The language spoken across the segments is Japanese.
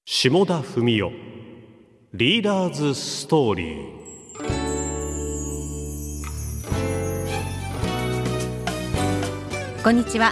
下田文夫リーダーズストーリー。 こんにちは。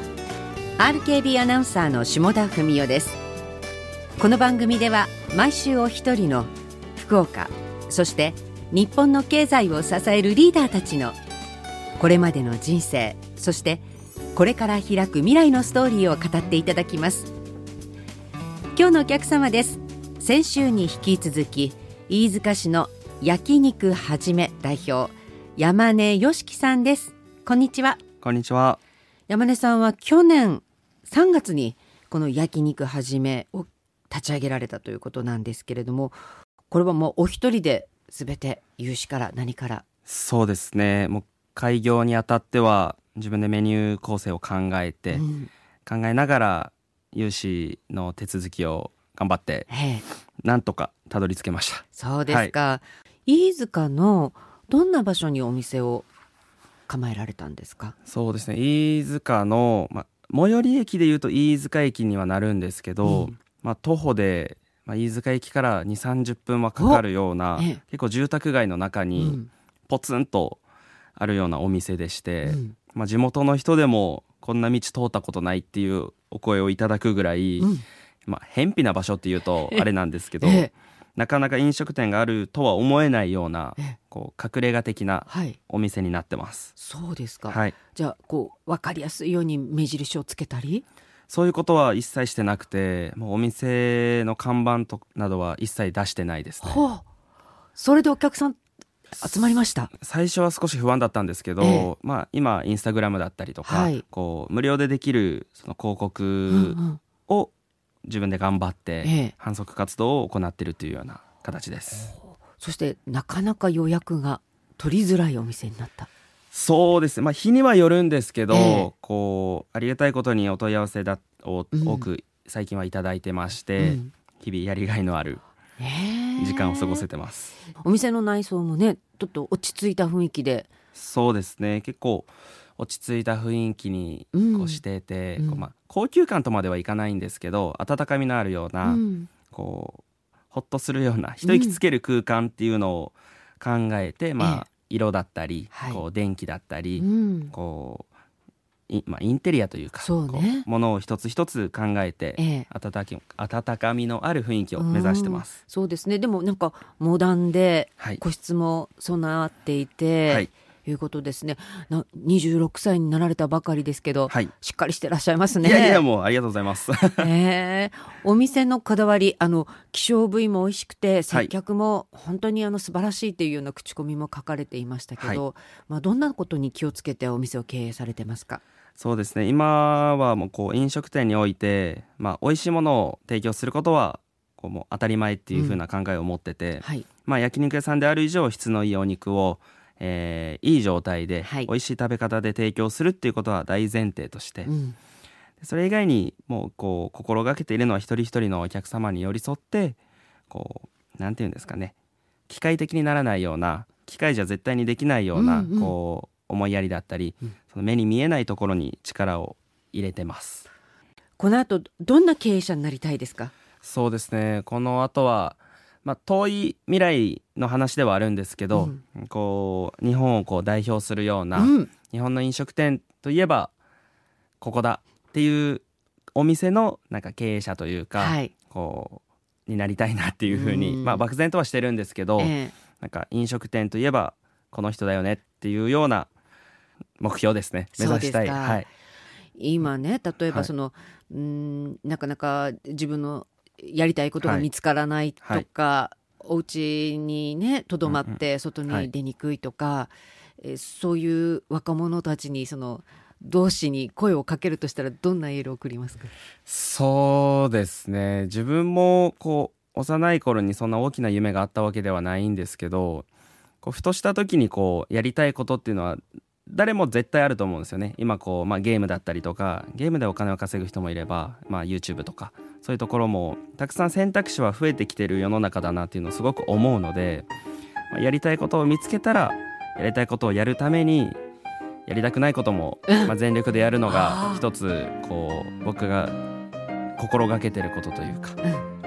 RKB アナウンサーの下田文夫です。この番組では毎週お一人の福岡、そして日本の経済を支えるリーダーたちのこれまでの人生、そしてこれから開く未来のストーリーを語っていただきます。今日のお客様です。先週に引き続き飯塚市の焼肉はじめ代表、山根良樹さんです。こんにちは。 こんにちは。 山根さんは去年3月にこの焼肉はじめを立ち上げられたということなんですけれども、これはもうお一人で全て融資から何から？ そうですね、もう開業にあたっては自分でメニュー構成を考えて、考えながら融資の手続きを頑張ってなんとかたどり着けました。 そうですか、飯塚のどんな場所にお店を構えられたんですか？ そうですね、飯塚の、最寄り駅でいうと飯塚駅にはなるんですけど、徒歩で、飯塚駅から2、30分はかかるような、結構住宅街の中にポツンとあるようなお店でして、地元の人でもこんな道通ったことないっていうお声をいただくぐらい、偏僻な場所っていうとあれなんですけど、なかなか飲食店があるとは思えないようなこう隠れ家的なお店になってます。 そうですか、 はい、 じゃあこう分かりやすいように目印をつけたり、 そういうことは一切してなくて、もうお店の看板となどは一切出してないですね。 それでお客さん集まりました？ 最初は少し不安だったんですけど、今インスタグラムだったりとか、こう無料でできるその広告を自分で頑張って販促活動を行っているというような形です。 そしてなかなか予約が取りづらいお店になった？ そうですね、日にはよるんですけど、こうありがたいことにお問い合わせを多く最近はいただいてまして、日々やりがいのある時間を過ごせてます。 お店の内装もね、ちょっと落ち着いた雰囲気で。 そうですね、結構落ち着いた雰囲気にこうしていて、高級感とまではいかないんですけど、温かみのあるような、こうほっとするような一息つける空間っていうのを考えて、色だったり、こう電気だったり、こうインテリアというか、こうものを一つ一つ考えて、温かみのある雰囲気を目指してます。 そうですね。でもなんかモダンで個室も備っていて、いうことですね。26歳になられたばかりですけど、しっかりしてらっしゃいますね。 いやもうありがとうございます。 お店のこだわり、希少部位も美味しくて接客も本当に素晴らしいというような口コミも書かれていましたけど、どんなことに気をつけてお店を経営されてますか？ そうですね、今はもうこう飲食店において、美味しいものを提供することはこうもう当たり前っていう風な考えを持ってて、焼肉屋さんである以上質のいいお肉をいい状態で、美味しい食べ方で提供するっていうことは大前提として、それ以外にもうこう心がけているのは一人一人のお客様に寄り添って、こうなんていうんですかね、機械的にならないような、機械じゃ絶対にできないような、こう思いやりだったり、その目に見えないところに力を入れてます。 この後どんな経営者になりたいですか？ そうですね、この後は遠い未来の話ではあるんですけど、こう日本をこう代表するような、日本の飲食店といえばここだっていうお店のなんか経営者というか、こうになりたいなっていうふうに、漠然とはしてるんですけど、なんか飲食店といえばこの人だよねっていうような目標ですね。目指したい。 今ね、例えばなかなか自分のやりたいことが見つからないとか、お家にねとどまって外に出にくいとか、そういう若者たちに同志に声をかけるとしたらどんなエールを送りますか？ そうですね、自分もこう幼い頃にそんな大きな夢があったわけではないんですけど、こうふとした時にこうやりたいことっていうのは誰も絶対あると思うんですよね。今こう、ゲームだったりとか、ゲームでお金を稼ぐ人もいれば、YouTube とかそういうところもたくさん選択肢は増えてきてる世の中だなっていうのをすごく思うので、やりたいことを見つけたらやりたいことをやるために、やりたくないことも、全力でやるのが一つこう僕が心がけてることというか、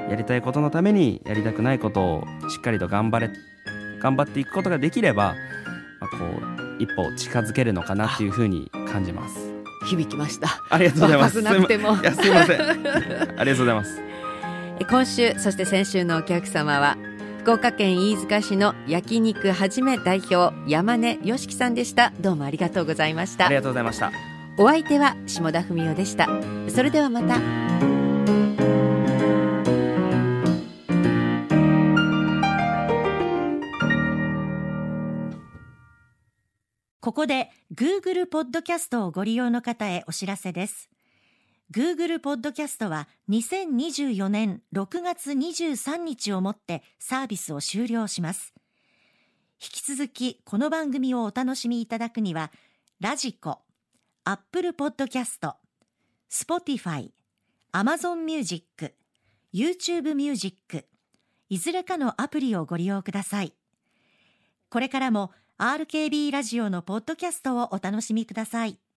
やりたいことのためにやりたくないことをしっかりと頑張っていくことができれば、こう一歩近づけるのかなっていうふうに感じます。 響きました。 ありがとうございます。 若くなくてもすいませんありがとうございます。 今週そして先週のお客様は福岡県飯塚市の焼肉はじめ代表山根良樹さんでした。どうもありがとうございました。 ありがとうございました。 お相手は下田文夫でした。それではまた。 ここで Google ポッドキャストをご利用の方へお知らせです。Google ポッドキャストは2024年6月23日をもってサービスを終了します。引き続きこの番組をお楽しみいただくには、ラジコ、Apple ポッドキャスト、Spotify、Amazon Music、YouTube Music、いずれかのアプリをご利用ください。これからもRKB ラジオのポッドキャストをお楽しみください。